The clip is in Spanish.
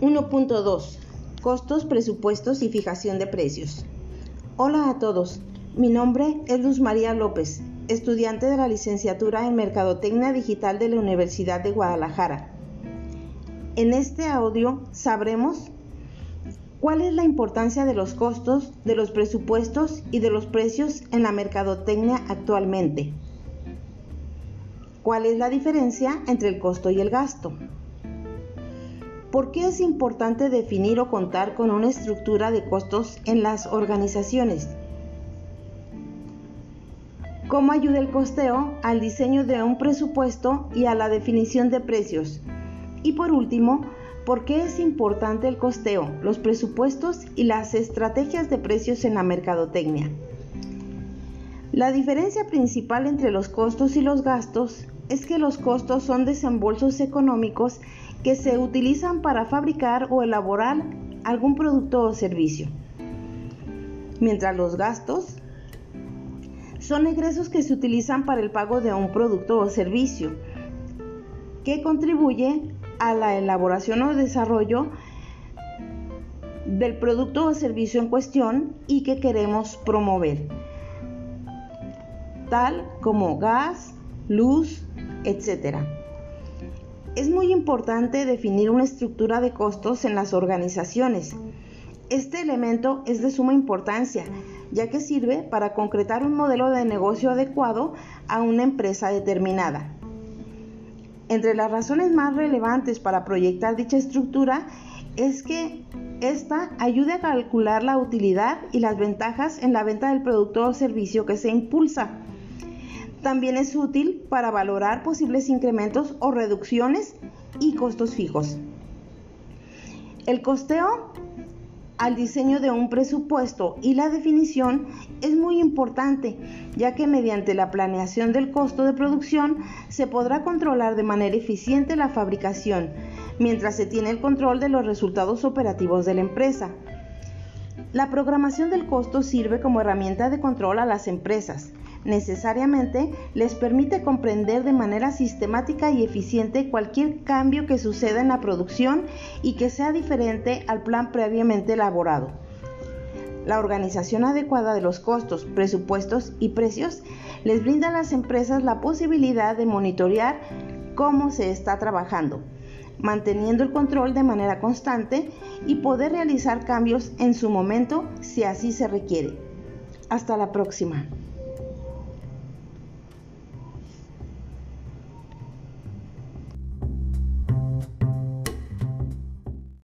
1.2 Costos, presupuestos y fijación de precios. Hola a todos, mi nombre es Luz María López, estudiante de la licenciatura en Mercadotecnia Digital de la Universidad de Guadalajara. En este audio sabremos cuál es la importancia de los costos, de los presupuestos y de los precios en la mercadotecnia actualmente. ¿Cuál es la diferencia entre el costo y el gasto? ¿Por qué es importante definir o contar con una estructura de costos en las organizaciones? ¿Cómo ayuda el costeo al diseño de un presupuesto y a la definición de precios? Y por último, ¿por qué es importante el costeo, los presupuestos y las estrategias de precios en la mercadotecnia? La diferencia principal entre los costos y los gastos es que los costos son desembolsos económicos que se utilizan para fabricar o elaborar algún producto o servicio, mientras los gastos son egresos que se utilizan para el pago de un producto o servicio que contribuye a la elaboración o desarrollo del producto o servicio en cuestión y que queremos promover, tal como gas, luz, etc. Es muy importante definir una estructura de costos en las organizaciones. Este elemento es de suma importancia, ya que sirve para concretar un modelo de negocio adecuado a una empresa determinada. Entre las razones más relevantes para proyectar dicha estructura es que esta ayude a calcular la utilidad y las ventajas en la venta del producto o servicio que se impulsa. También es útil para valorar posibles incrementos o reducciones y costos fijos. El costeo al diseño de un presupuesto y la definición es muy importante, ya que mediante la planeación del costo de producción se podrá controlar de manera eficiente la fabricación, mientras se tiene el control de los resultados operativos de la empresa. La programación del costo sirve como herramienta de control a las empresas. Necesariamente les permite comprender de manera sistemática y eficiente cualquier cambio que suceda en la producción y que sea diferente al plan previamente elaborado. La organización adecuada de los costos, presupuestos y precios les brinda a las empresas la posibilidad de monitorear cómo se está trabajando, manteniendo el control de manera constante y poder realizar cambios en su momento si así se requiere. Hasta la próxima.